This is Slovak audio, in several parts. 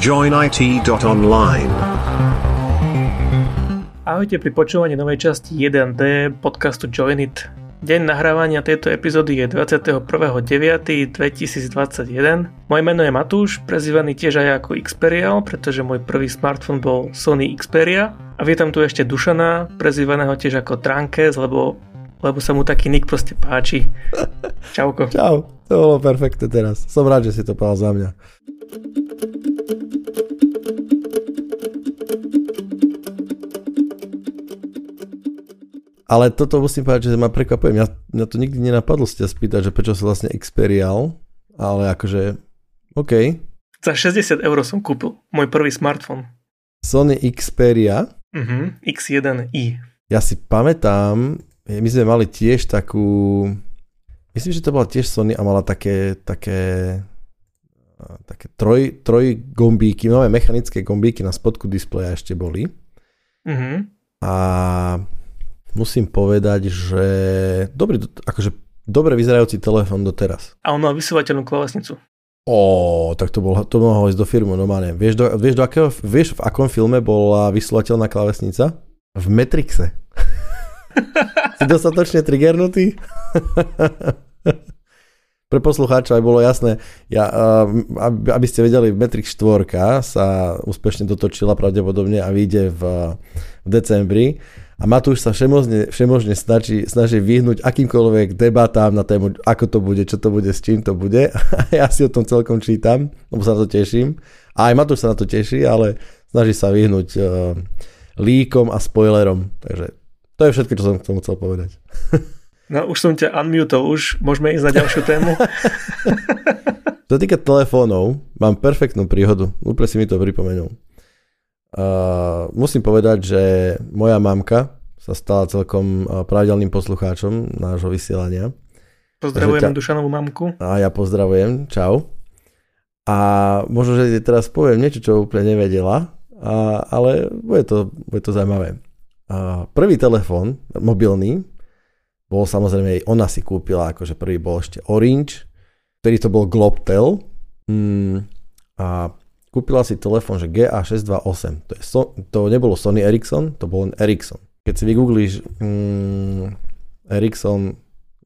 joinit.online. Ahojte pri počúvaní novej časti 1D podcastu Joinit. Deň nahrávania tejto epizódy je 21.9.2021. Moje meno je Matúš, prezývaný tiež aj ako Xperial, pretože môj prvý smartfón bol Sony Xperia. A vítam tu ešte Dušana, prezývaného tiež ako Trankes, lebo sa mu taký nick proste páči. Čauko. Čau, to bolo perfektne teraz. Som rád, že si to povedal za mňa. Ale toto musím povedať, že ma prekvapuje. Mňa to nikdy nenapadlo si ťa spýtať, že prečo som vlastne Xperial, ale akože, OK. Za 60 € som kúpil môj prvý smartfón. Sony Xperia. X1i. Ja si pamätám, my sme mali tiež takú, myslím, že to bola tiež Sony a mala také troj gombíky, nové mechanické gombíky na spodku displeja ešte boli. A musím povedať, že dobre vyzerajúci telefón doteraz. A on mal vysúvateľnú klávesnicu. Tak to mohlo ísť do firmu normálne. Vieš, v akom filme bola vysúvateľná klávesnica? V Matrixe. Si dostatočne triggernutý? Pre poslucháča aj bolo jasné, aby ste vedeli, Matrix 4 sa úspešne dotočila pravdepodobne a vyjde v decembri. A Matúš sa všemožne snaží vyhnúť akýmkoľvek debatám na tému, ako to bude, čo to bude, s čím to bude. A ja si o tom celkom čítam, lebo sa na to teším. A aj Matúš sa na to teší, ale snaží sa vyhnúť líkom a spoilerom. Takže to je všetko, čo som k tomu chcel povedať. No už som ťa unmutol, už môžeme ísť na ďalšiu tému. Čo sa týka telefónov, mám perfektnú príhodu. Úplne si mi to pripomenul. Musím povedať, že moja mamka sa stala celkom pravidelným poslucháčom nášho vysielania. Pozdravujem Dušanovú mamku. A ja pozdravujem, čau. A možno, že teraz poviem niečo, čo úplne nevedela, ale bude to zaujímavé. Prvý telefón mobilný bol samozrejme, ona si kúpila, akože prvý bol ešte Orange, ktorý to bol Globtel, a kúpila si telefón, že GA628. To nebolo Sony Ericsson, to bol len Ericsson. Keď si vygooglíš Ericsson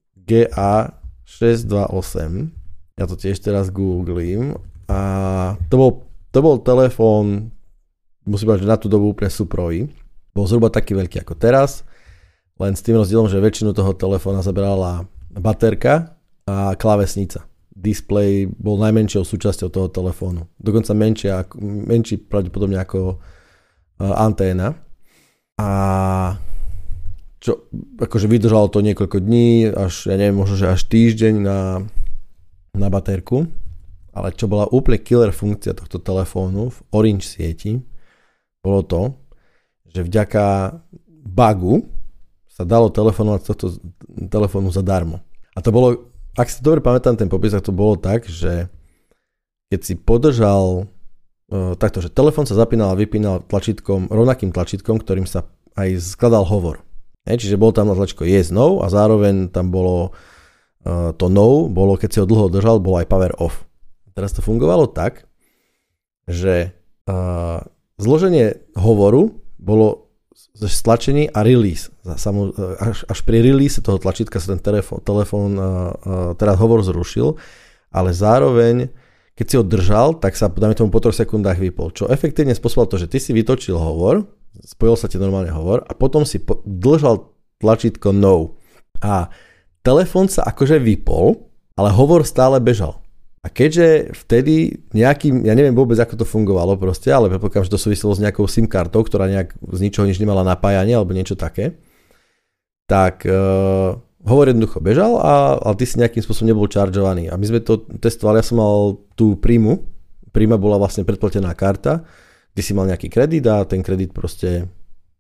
GA628, ja to tiež teraz googlím, a to bol telefón, musím povedať, že na tú dobu úplne suprový. Bol zhruba taký veľký ako teraz, len s tým rozdielom, že väčšinu toho telefóna zabrala baterka a klávesnica. Display bol najmenšou súčasťou toho telefónu. Dokonca menší pravdepodobne ako anténa. A čo, akože vydržalo to niekoľko dní, až, ja neviem, možno, že až týždeň na baterku. Ale čo bola úplne killer funkcia tohto telefónu v Orange sieti, bolo to, že vďaka bugu sa dalo telefonovať z tohto telefónu zadarmo. A to bolo, ak si dobre pamätám ten popis, tak to bolo tak, že keď si podržal takto, že telefón sa zapínal a vypínal rovnakým tlačítkom, ktorým sa aj skladal hovor. Čiže bolo tam na tlačko yes, no, a zároveň tam bolo to no, bolo, keď si ho dlho držal, bolo aj power off. Teraz to fungovalo tak, že zloženie hovoru bolo stlačení a release. Až pri release toho tlačítka sa ten telefón teraz hovor zrušil, ale zároveň, keď si ho držal, tak sa dáme tomu po 3 sekundách vypol. Čo efektívne spôsobilo to, že ty si vytočil hovor, spojil sa ti normálne hovor a potom si držal tlačítko no. A telefón sa akože vypol, ale hovor stále bežal. A keďže vtedy nejakým, ja neviem vôbec, ako to fungovalo proste, ale predpokladám, že to súviselo s nejakou SIM kartou, ktorá nejak z ničoho nič nemala napájanie alebo niečo také, tak hovor jednoducho bežal, ale ty si nejakým spôsobom nebol čaržovaný. A my sme to testovali, ja som mal tú Primu. Prima bola vlastne predplatená karta, ty si mal nejaký kredit a ten kredit proste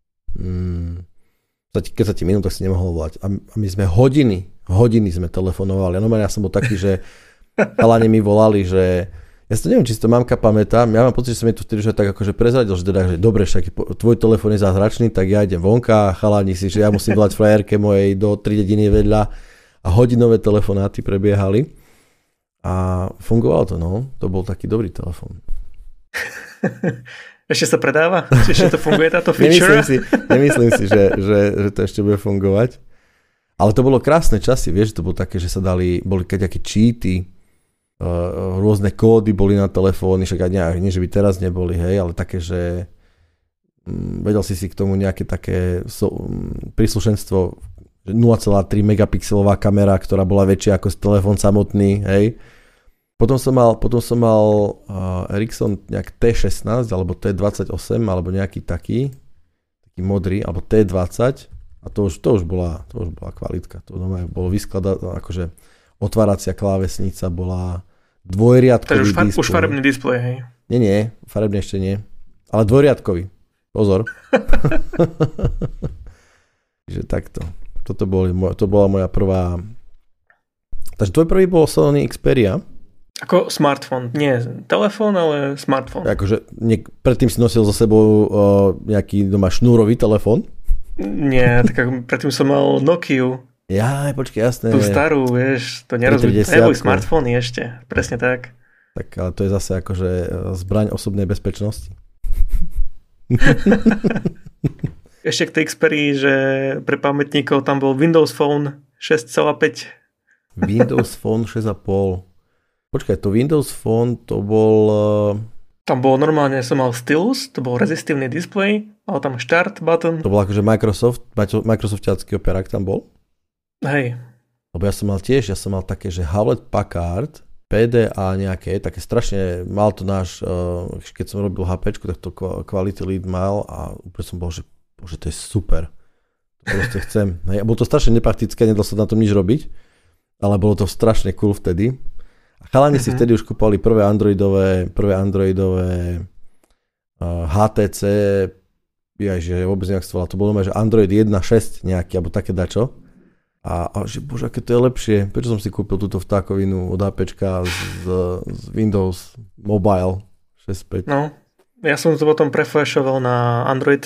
keď sa ti minul, tak si nemohol volať. A my sme hodiny sme telefonovali. No ja som bol taký, že chalani mi volali, že ja si to neviem, či si to mamka pamätám, ja mám pocit, že som mi to vtedy už tak akože prezradil, že teda, že dobre, však tvoj telefón je zázračný, tak ja idem vonka, chalani si, že ja musím volať frajerke mojej do 3 dediny vedľa a hodinové telefonáty prebiehali a fungovalo to, no, to bol taký dobrý telefón. Ešte sa predáva? Ešte to funguje táto feature? Nemyslím si, že to ešte bude fungovať. Ale to bolo krásne časy, vieš, to bolo také, že sa boli nejaké cheaty, rôzne kódy boli na telefóny, však aj nie, že by teraz neboli, hej, ale také, že vedel si k tomu nejaké také príslušenstvo 0,3 megapixelová kamera, ktorá bola väčšia ako telefón samotný, hej. Potom som mal Ericsson nejak T16 alebo T28 alebo nejaký taký modrý, alebo T20 a to už bola kvalitka. To bolo akože otváracia klávesnica bola dvojriadkový displej. Už farebný displej, hej? Nie, farebný ešte nie. Ale dvojriadkový. Pozor. Takže takto. To bola moja prvá. Takže tvoj prvý bol Sony Xperia. Ako smartfón. Nie telefón, ale smartfón. Akože predtým si nosil so sebou nejaký doma šnúrový telefón? Nie, tak predtým som mal Nokiu. Jaj, počkej, jasné. Tú starú, vieš, to nerozumiem. Neboli smartfóny ešte, presne tak. Tak ale to je zase akože zbraň osobnej bezpečnosti. Ešte k tej Xperii, že pre pamätníkov tam bol Windows Phone 6,5. Windows Phone 6,5. Počkaj, to Windows Phone to bol... Tam bolo normálne, som mal stylus, to bol rezistívny displej, mal tam start button. To bol akože Microsoftiacký operák tam bol? Hej. Lebo ja som mal také, že Hewlett Packard, PDA nejaké, také strašne, mal to náš, keď som robil HPčku, tak to quality lead mal a úplne som bol, že bože, to je super. To proste chcem. Bolo to strašne nepraktické, nedal sa na tom nič robiť, ale bolo to strašne cool vtedy. A chalani si vtedy už kúpali prvé androidové HTC, že vôbec nejak stvala. To bolo že Android 1.6 nejaký, alebo také dačo. A že bože, aké to je lepšie. Prečo som si kúpil túto vtákovinu od APčka z Windows Mobile 6.5? No, ja som to potom preflashoval na Android.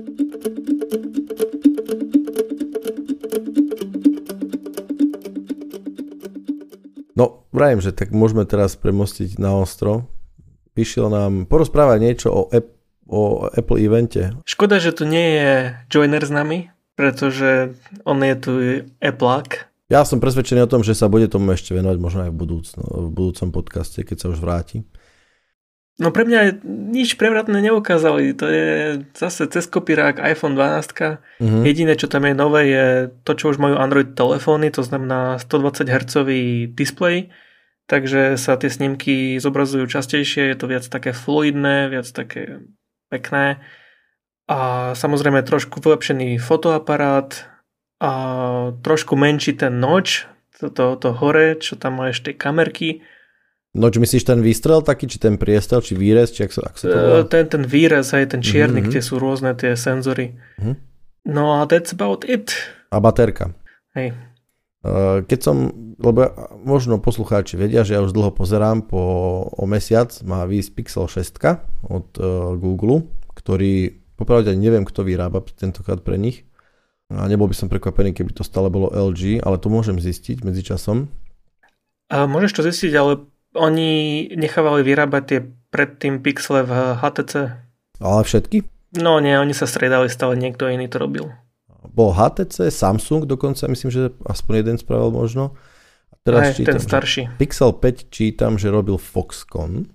No, vravím, že tak môžeme teraz premostiť na ostro. Vyšiel nám porozprávať niečo o Apple evente. Škoda, že tu nie je Joiner s nami, pretože on je tu Appleák. Ja som presvedčený o tom, že sa bude tomu ešte venovať možno aj v budúcom podcaste, keď sa už vráti. No pre mňa nič prevratné neukázali. To je zase cez kopírák iPhone 12. Jediné, čo tam je nové, je to, čo už majú Android telefóny, to znamená 120 Hz displej, takže sa tie snímky zobrazujú častejšie, je to viac také fluidné, viac také pekné. A samozrejme trošku vylepšený fotoaparát a trošku menší ten notch, to hore, čo tam má ešte kamerky. No, či myslíš ten výstrel taký, či ten priestel, či výrez, či ak sa to volá? Ten výrez, aj ten čierny, kde sú rôzne tie senzory. No a that's about it. A baterka. Hej. Keď lebo možno poslucháči vedia, že ja už dlho pozerám, o mesiac má výjsť Pixel 6 od Google, ktorý, popravde neviem, kto vyrába tentokrát pre nich. A nebol by som prekvapený, keby to stále bolo LG, ale to môžem zistiť medzičasom. A môžeš to zistiť, ale oni nechávali vyrábať tie predtým Pixele v HTC. Ale všetky? No nie, oni sa striedali, stále niekto iný to robil. Bol HTC, Samsung dokonca, myslím, že aspoň jeden spravil možno. A teraz čítam, ten starší. Pixel 5 čítam, že robil Foxconn.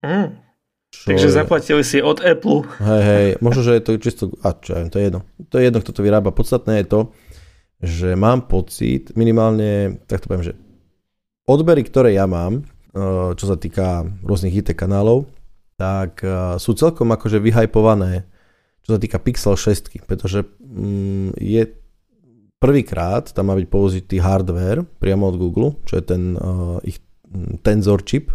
Takže zaplatili si od Apple. Hej, možno, že je to čisto... to je jedno. To je jedno, kto to vyrába. Podstatné je to, že mám pocit, minimálne, tak to poviem, že odbery, ktoré ja mám, čo sa týka rôznych IT kanálov, tak sú celkom akože vyhypované, čo sa týka Pixel 6, pretože je prvýkrát, tam má byť použitý hardware priamo od Google, čo je ten ich Tensor chip.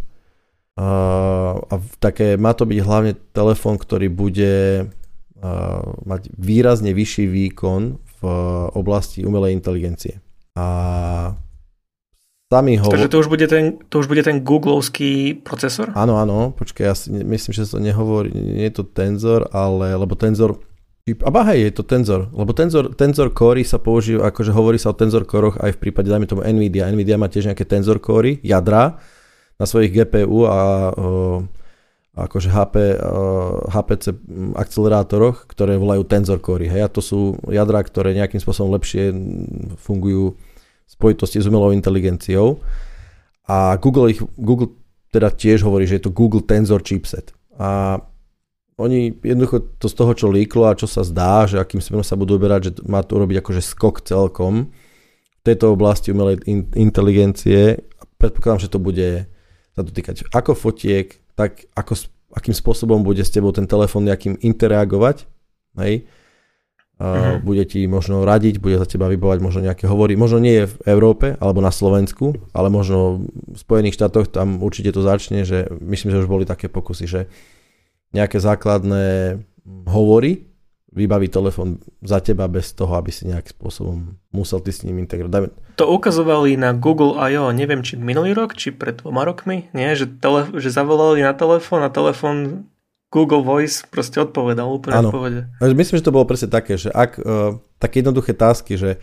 A má to byť hlavne telefón, ktorý bude mať výrazne vyšší výkon v oblasti umelej inteligencie. A Takže to už bude ten Googlovský procesor? Áno, počkaj, ja si myslím, že sa to nehovorí, nie je to Tensor, lebo Tensor, je to Tensor, lebo Tensor Core sa používa, akože hovorí sa o Tensor Coroch aj v prípade, dajme tomu Nvidia má tiež nejaké Tensor Core, jadra na svojich GPU a akože HPC akcelerátoroch, ktoré volajú Tensor Core. Hej, a to sú jadrá, ktoré nejakým spôsobom lepšie fungujú v spojitosti s umelou inteligenciou. A Google teda tiež hovorí, že je to Google Tensor chipset. A oni jednoducho to z toho, čo líklo a čo sa zdá, že akým smerom sa budú uberať, že má to urobiť akože skok celkom v tejto oblasti umelej inteligencie. Predpokladám, že to bude sa dotýkať ako fotiek, tak akým spôsobom bude s tebou ten telefón nejakým interagovať. Hej? Bude ti možno radiť, bude za teba vybovať možno nejaké hovory. Možno nie je v Európe alebo na Slovensku, ale možno v Spojených štátoch tam určite to začne, že myslím, že už boli také pokusy, že nejaké základné hovory vybaví telefón za teba bez toho, aby si nejakým spôsobom musel ty s ním integrovať. To ukazovali na Google I.O. neviem, či minulý rok, či pred 2 rokmi, nie? Že zavolali na telefón a telefón Google Voice proste odpovedal úplne v pohode. Myslím, že to bolo presne také, že ak také jednoduché tásky, že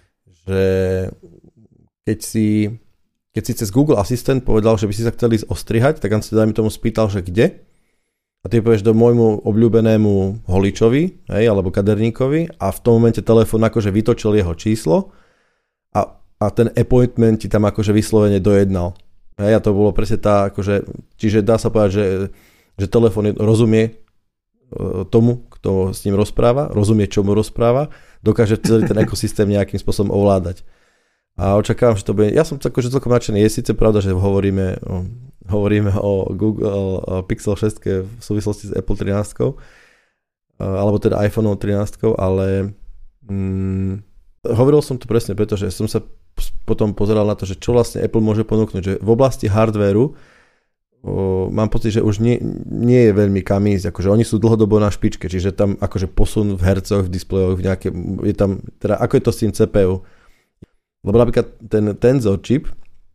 keď si cez Google Assistant povedal, že by si sa chceli ísť ostrihať, tak on si dajme tomu spýtal, že kde? A ty povieš do môjmu obľúbenému holičovi, hej, alebo kaderníkovi a v tom momente telefón akože vytočil jeho číslo a ten appointment ti tam akože vyslovene dojednal. Hej, a to bolo presne tá, akože, čiže dá sa povedať, že telefón rozumie tomu, kto s ním rozpráva, rozumie, čo mu rozpráva, dokáže celý ten ekosystém nejakým spôsobom ovládať. A očakávam, že to bude, ja som akože celkom nadšený, je síce pravda, že hovoríme o Google Pixel 6 v súvislosti s Apple 13, alebo teda iPhone 13, ale hovoril som to presne, pretože som sa potom pozeral na to, že čo vlastne Apple môže ponúknuť, že v oblasti hardvéru mám pocit, že už nie je veľmi kam ísť, akože oni sú dlhodobo na špičke, čiže tam akože posun v hercoch, v displejoch, je tam, teda ako je to s tým CPU. Lebo napríklad ten Tensor chip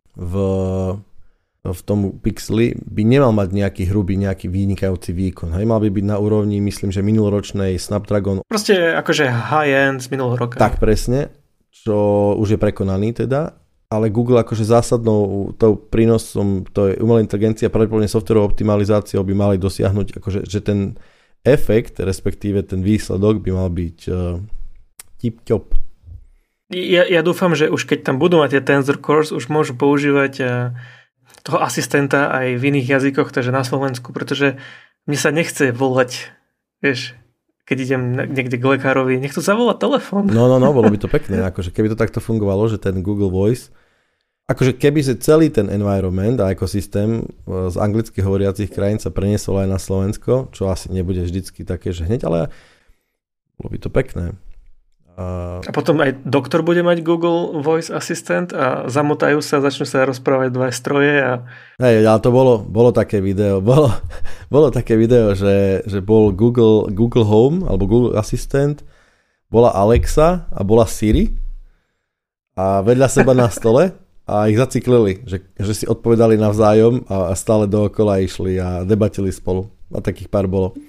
v tom Pixeli by nemal mať nejaký vynikajúci výkon. Hej, mal by byť na úrovni, myslím, že minuloročnej Snapdragon. Proste akože high-end z minulého roka. Tak presne, čo už je prekonaný teda, ale Google akože zásadnou tou prínosom to je umelá inteligencia, pravdepodobne softwarovou optimalizáciou by mali dosiahnuť, akože, že ten efekt, respektíve ten výsledok by mal byť tip-top. Ja dúfam, že už keď tam budú mať tie Tensor Cores, už môžu používať toho asistenta aj v iných jazykoch, takže na Slovensku, pretože mne sa nechce volať, vieš, keď idem niekde k lekárovi, nechcú zavolať telefón. No, bolo by to pekné, akože keby to takto fungovalo, že ten Google Voice, akože keby sa celý ten environment a ekosystém z anglicky hovoriacich krajín sa preniesol aj na Slovensko, čo asi nebude vždycky také, že hneď, ale bolo by to pekné. A potom aj doktor bude mať Google Voice Assistant a zamotajú sa, začnú sa rozprávať dva stroje. Hej, ale to bolo také video. Bolo také video, že bol Google Home alebo Google Assistant, bola Alexa a bola Siri a vedľa seba na stole a ich zaciklili, že si odpovedali navzájom a stále dookola išli a debatili spolu. A takých pár bolo.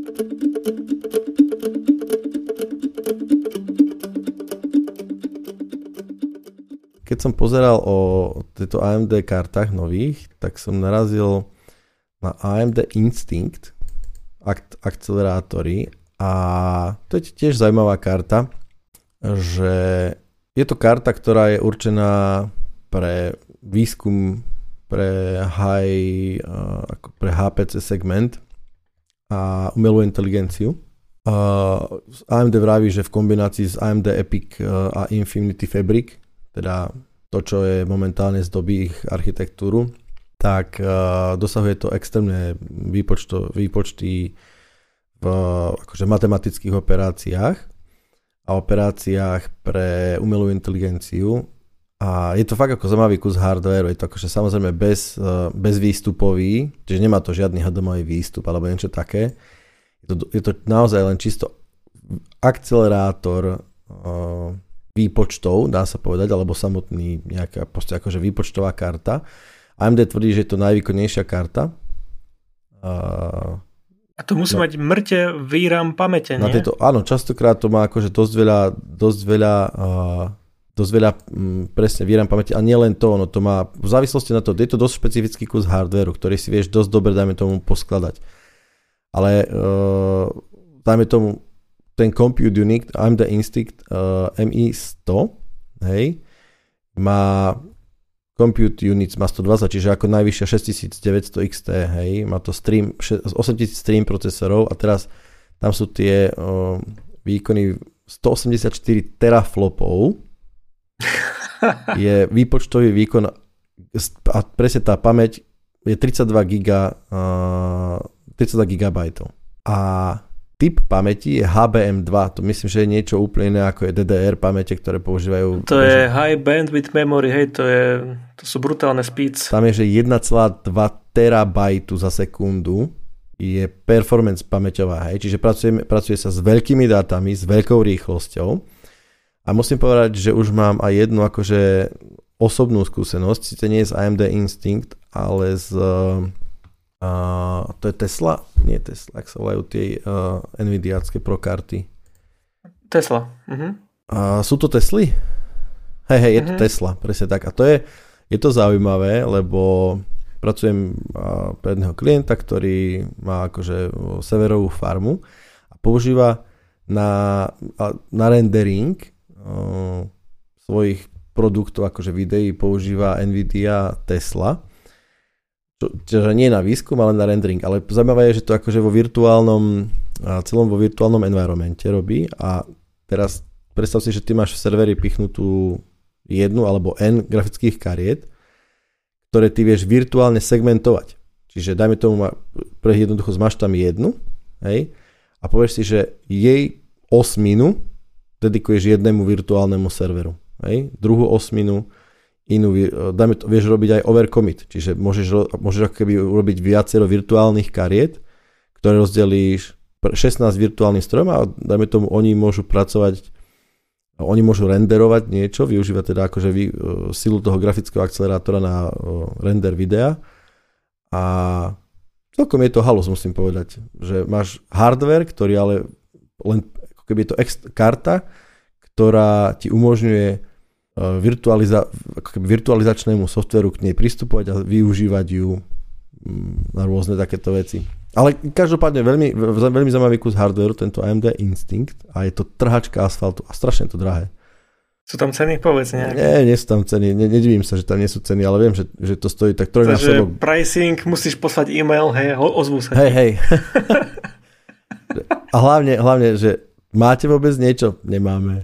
Keď som pozeral o týchto AMD kartách nových, tak som narazil na AMD Instinct akcelerátory a to je tiež zaujímavá karta, že je to karta, ktorá je určená pre výskum pre pre HPC segment a umelú inteligenciu. AMD vraví, že v kombinácii s AMD EPYC a Infinity Fabric, teda to, čo je momentálne zdobí ich architektúru, tak dosahuje to extrémne výpočty v akože matematických operáciách a operáciách pre umelú inteligenciu. A je to fakt ako zaujímavý kus hardwareu, je to akože samozrejme bezvýstupový, čiže nemá to žiadny HDMI výstup alebo niečo také. Je to naozaj len čisto akcelerátor výpočtov, dá sa povedať, alebo samotný nejaká proste akože výpočtová karta. AMD tvrdí, že je to najvýkonnejšia karta. A to musí mať mŕte VRAM pamäte, nie? Áno, častokrát to má akože dosť veľa dosť veľa presne VRAM pamäti a nielen to, ono to má v závislosti na to, je to dosť špecifický kus hardwareu, ktorý si vieš dosť dobre, dajme tomu, poskladať. Ale dajme tomu ten Compute Unit AMD Instinct MI100, hej, má Compute Units má 120, čiže ako najvyššia 6900 XT, hej, má to 8000 stream procesorov a teraz tam sú tie výkony 184 teraflopov je výpočtový výkon a presne tá pamäť je 32 GB. A typ pamäti je HBM2, to myslím, že je niečo úplne iné ako je DDR pamäte, ktoré používajú. To je High Bandwidth Memory, hej, to sú brutálne speeds. Tam je, že 1,2 terabajtu za sekundu je performance pamäťová, hej, čiže pracuje sa s veľkými dátami, s veľkou rýchlosťou a musím povedať, že už mám aj jednu akože osobnú skúsenosť, síce nie z AMD Instinct, ale z to je Tesla? Nie Tesla, ak sa volajú tie Nvidiácké Pro karty. Tesla. Sú to Tesly? Hej, je to Tesla, presne tak. A je to zaujímavé, lebo pracujem pre jedného klienta, ktorý má akože severovú farmu a používa na rendering svojich produktov, akože videí, používa Nvidia Tesla. Čiže nie na výskum, ale na rendering. Ale zaujímavé je, že to akože celom vo virtuálnom environmente robí a teraz predstav si, že ty máš v serveri pichnutú jednu alebo N grafických kariet, ktoré ty vieš virtuálne segmentovať. Čiže dajme tomu, pre jednoducho máš tam jednu, hej, a povieš si, že jej osminu dedikuješ jednému virtuálnemu serveru. Hej, druhú osminu inú, vieš robiť aj overcommit, čiže môžeš ako keby urobiť viacero virtuálnych kariet, ktoré rozdelíš 16 virtuálnym strojom a dajme tomu, oni môžu renderovať niečo, využívať teda akože silu toho grafického akcelerátora na render videa a celkom je to halus, musím povedať, že máš hardware, ktorý ale len ako keby je to karta, ktorá ti umožňuje virtualizačnému softveru k nej pristupovať a využívať ju na rôzne takéto veci. Ale každopádne veľmi, veľmi zaujímavý kus hardwareu, tento AMD Instinct a je to trhačka asfaltu a strašne to drahé. Sú tam ceny, povedz nejak? Nie sú tam ceny, nedivím sa, že tam nie sú ceny, ale viem, že to stojí tak trojnásobok. Takže pricing, musíš poslať e-mail, hej, ozvú sa. Hej. A hlavne, že máte vôbec niečo? Nemáme.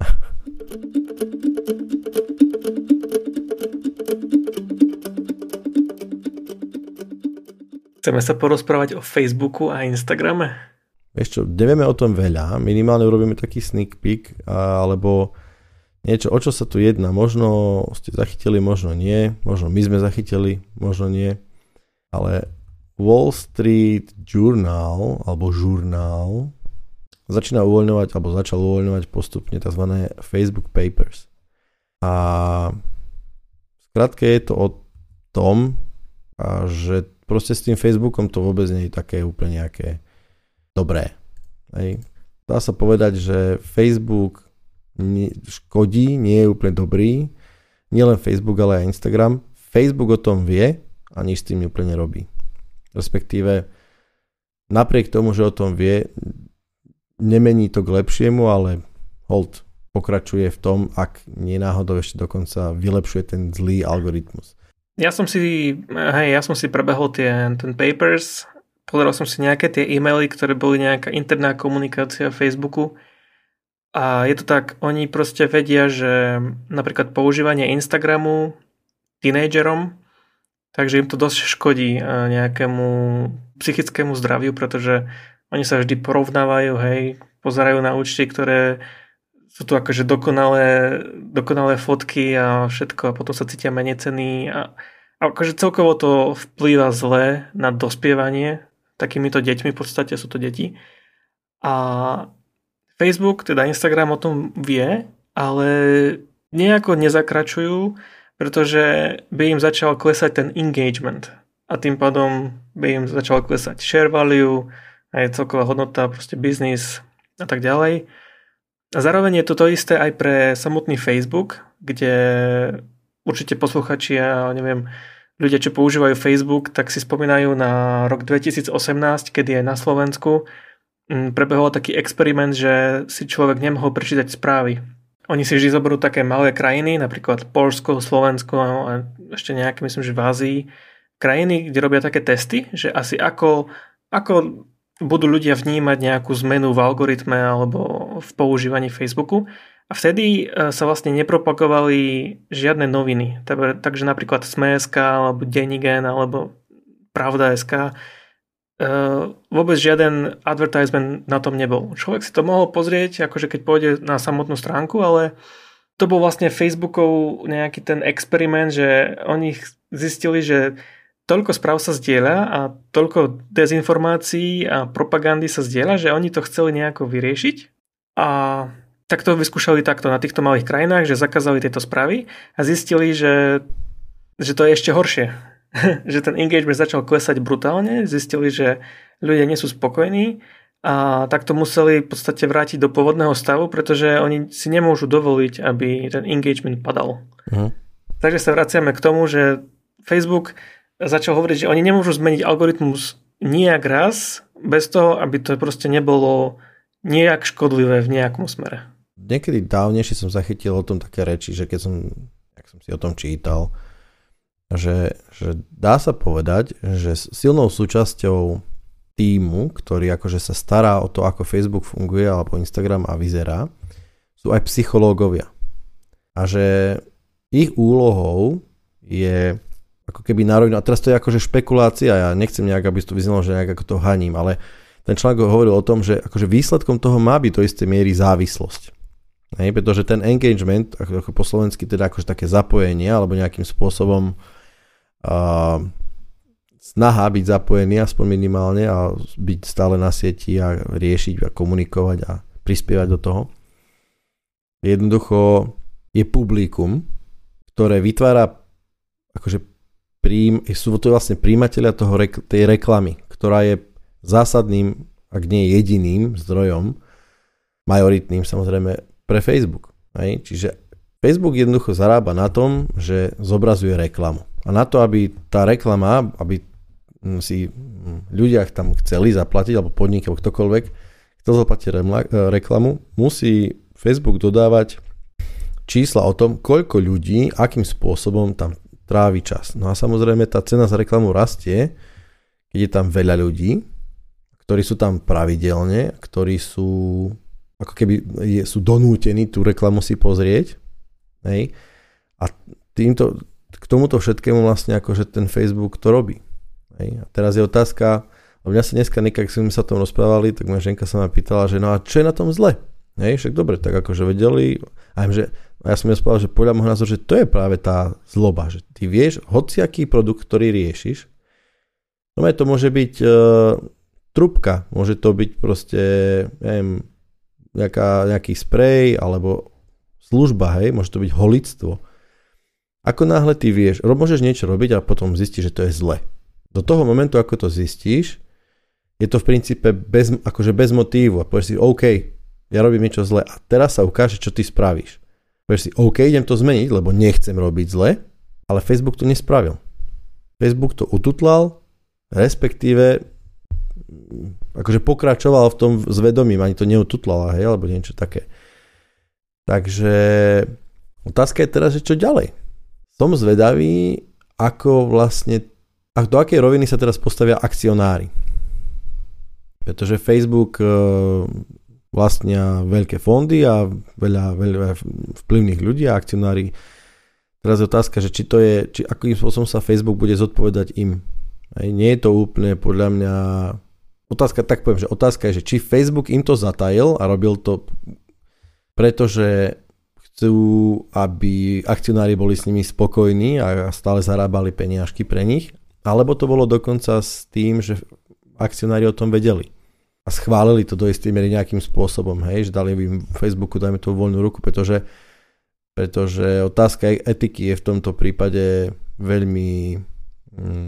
Chceme sa porozprávať o Facebooku a Instagrame? Vieš čo, nevieme o tom veľa, minimálne urobíme taký sneak peek, alebo niečo, o čo sa tu jedná. Možno ste zachytili, možno nie, možno my sme zachytili, možno nie, ale Wall Street Journal, alebo žurnál, začal uvoľňovať postupne tzv. Facebook Papers. A skratke je to o tom, že proste s tým Facebookom to vôbec nie je také úplne nejaké dobré. Hej. Dá sa povedať, že Facebook škodí, nie je úplne dobrý. Nielen Facebook, ale aj Instagram. Facebook o tom vie a nič s tým úplne robí. Respektíve napriek tomu, že o tom vie, nemení to k lepšiemu, ale hold pokračuje v tom, ak nie náhodou ešte dokonca vylepšuje ten zlý algoritmus. Ja som si prebehol ten Papers, pozeral som si nejaké tie e-maily, ktoré boli nejaká interná komunikácia v Facebooku a je to tak, oni proste vedia, že napríklad používanie Instagramu tínedžerom, takže im to dosť škodí nejakému psychickému zdraviu, pretože oni sa vždy porovnávajú, hej, pozerajú na účty, ktoré sú tu akože dokonalé fotky a všetko a potom sa cítia menej cenní a akože celkovo to vplýva zle na dospievanie takýmito deťmi, v podstate sú to deti. A Facebook, teda Instagram o tom vie, ale nejako nezakračujú, pretože by im začal klesať ten engagement a tým pádom by im začal klesať share value, aj celková hodnota, proste biznis a tak ďalej. A zároveň je to isté aj pre samotný Facebook, kde určite posluchači a neviem, ľudia, čo používajú Facebook, tak si spomínajú na rok 2018, kedy aj na Slovensku prebehol taký experiment, že si človek nemohol prečítať správy. Oni si vždy zoberú také malé krajiny, napríklad Poľsko, Slovensko a ešte nejaké, myslím, že v Ázii, krajiny, kde robia také testy, že asi ako budú ľudia vnímať nejakú zmenu v algoritme alebo v používaní Facebooku. A vtedy sa vlastne nepropagovali žiadne noviny. Takže napríklad Sme.sk alebo Denigen alebo Pravda.sk vôbec žiaden advertisement na tom nebol. Človek si to mohol pozrieť, akože keď pôjde na samotnú stránku, ale to bol vlastne Facebookov nejaký ten experiment, že oni zistili, že toľko správ sa zdieľa a toľko dezinformácií a propagandy sa zdieľa, že oni to chceli nejako vyriešiť. A tak to vyskúšali takto na týchto malých krajinách, že zakázali tieto správy a zistili, že to je ešte horšie. Že ten engagement začal klesať brutálne, zistili, že ľudia nie sú spokojní a tak to museli v podstate vrátiť do pôvodného stavu, pretože oni si nemôžu dovoliť, aby ten engagement padal. Takže sa vraciame k tomu, že Facebook začal hovoriť, že oni nemôžu zmeniť algoritmus nijak raz, bez toho, aby to proste nebolo nejak škodlivé v nejakom smere. Niekedy dávnejšie som zachytil o tom také reči, že keď som si o tom čítal, že dá sa povedať, že silnou súčasťou tímu, ktorý akože sa stará o to, ako Facebook funguje alebo Instagram a vyzerá, sú aj psychológovia. A že ich úlohou je ako keby národná, a teraz to je akože špekulácia, ja nechcem nejak, aby to vyznalo, že nejak ako to haním, ale ten článok hovoril o tom, že akože výsledkom toho má byť do istej miery závislosť. Pretože ten engagement, ako po slovensky teda akože také zapojenie, alebo nejakým spôsobom snaha byť zapojený aspoň minimálne a byť stále na sieti a riešiť a komunikovať a prispievať do toho. Jednoducho je publikum, ktoré vytvára akože sú to vlastne príjimatelia tej reklamy, ktorá je zásadným, ak nie jediným zdrojom, majoritným samozrejme pre Facebook. Čiže Facebook jednoducho zarába na tom, že zobrazuje reklamu. A na to, aby tá reklama, aby si ľudia tam chceli zaplatiť, alebo podniky, alebo ktokoľvek chcel zaplatiť reklamu, musí Facebook dodávať čísla o tom, koľko ľudí, akým spôsobom tam trávi čas. No a samozrejme tá cena za reklamu rastie, keď je tam veľa ľudí, ktorí sú tam pravidelne, ktorí sú ako keby sú donútení tú reklamu si pozrieť. Hej? A k tomuto všetkému vlastne akože ten Facebook to robí. Hej? A teraz je otázka, lebo mňa sa dneska keď sme sa o tom rozprávali, tak moja ženka sa ma pýtala, že no a čo je na tom zle? Hej? Však dobre, tak akože vedeli, a ja som jej povedal, že podľa môjho názoru, že to je práve tá zloba, že ty vieš, hociaký produkt, ktorý riešiš, to môže byť trubka, môže to byť proste, neviem, nejaký sprej, alebo služba, hej, môže to byť holictvo. Ako náhle ty vieš, môžeš niečo robiť a potom zistíš, že to je zle. Do toho momentu, ako to zistíš, je to v princípe bez motívu a povieš si, OK, ja robím niečo zle a teraz sa ukáže, čo ty spravíš. Povieš si, OK, idem to zmeniť, lebo nechcem robiť zle, ale Facebook to nespravil. Facebook to ututlal, respektíve akože pokračoval v tom zvedomím, ani to neututlala, hej, alebo niečo také. Takže otázka je teraz, že čo ďalej? Som zvedavý, ako vlastne, do akej roviny sa teraz postavia akcionári. Pretože Facebook vlastnia veľké fondy a veľa vplyvných ľudí a akcionári. Teraz je otázka, že či akým spôsobom sa Facebook bude zodpovedať im. Nie je to úplne podľa mňa otázka je, že či Facebook im to zatajil a robil to pretože chcú, aby akcionári boli s nimi spokojní a stále zarábali peniažky pre nich, alebo to bolo dokonca s tým, že akcionári o tom vedeli a schválili to do istej miery nejakým spôsobom, hej, že dali im Facebooku, dajme to voľnú ruku, pretože otázka etiky je v tomto prípade veľmi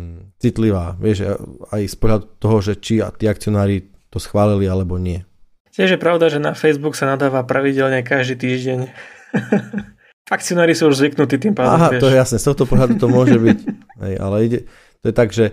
citlivá, vieš, aj z pohľadu toho, že či tí akcionári to schválili alebo nie. Tiež je pravda, že na Facebook sa nadáva pravidelne každý týždeň. Akcionári sú už zvyknutí tým pádom. Aha, vieš. To je jasné, z tohto pohľadu to môže byť. Hej, ale to je tak, že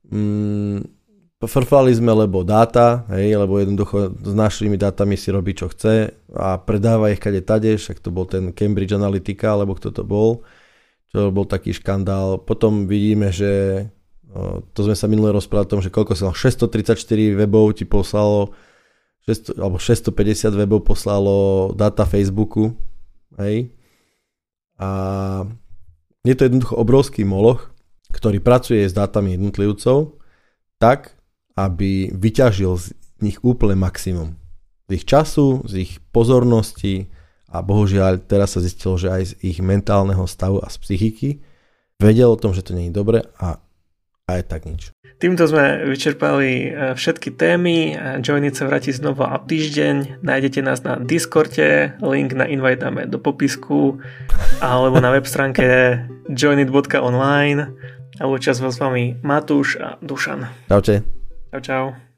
frfali sme, lebo dáta, lebo jednoducho s našimi dátami si robí, čo chce a predáva ich kade tade, však to bol ten Cambridge Analytica, alebo kto to bol, čo bol taký škandál. Potom vidíme, že to sme sa minule rozprávali o tom, že koľko sa 634 webov ti poslalo, 650 webov poslalo dáta Facebooku, hej. A je to jednoducho obrovský moloch, ktorý pracuje s dátami jednotlivcov tak, aby vyťažil z nich úplne maximum. Z ich času, z ich pozornosti a bohužiaľ teraz sa zistilo, že aj z ich mentálneho stavu a z psychiky vedel o tom, že to nie je dobre a aj tak nič. Týmto sme vyčerpali všetky témy. Joinit sa vráti znova o týždeň. Nájdete nás na Discorde, link na invite dáme do popisku alebo na web stránke joinit.online. A účasť s vami Matúš a Dušan. Čaute. Čau.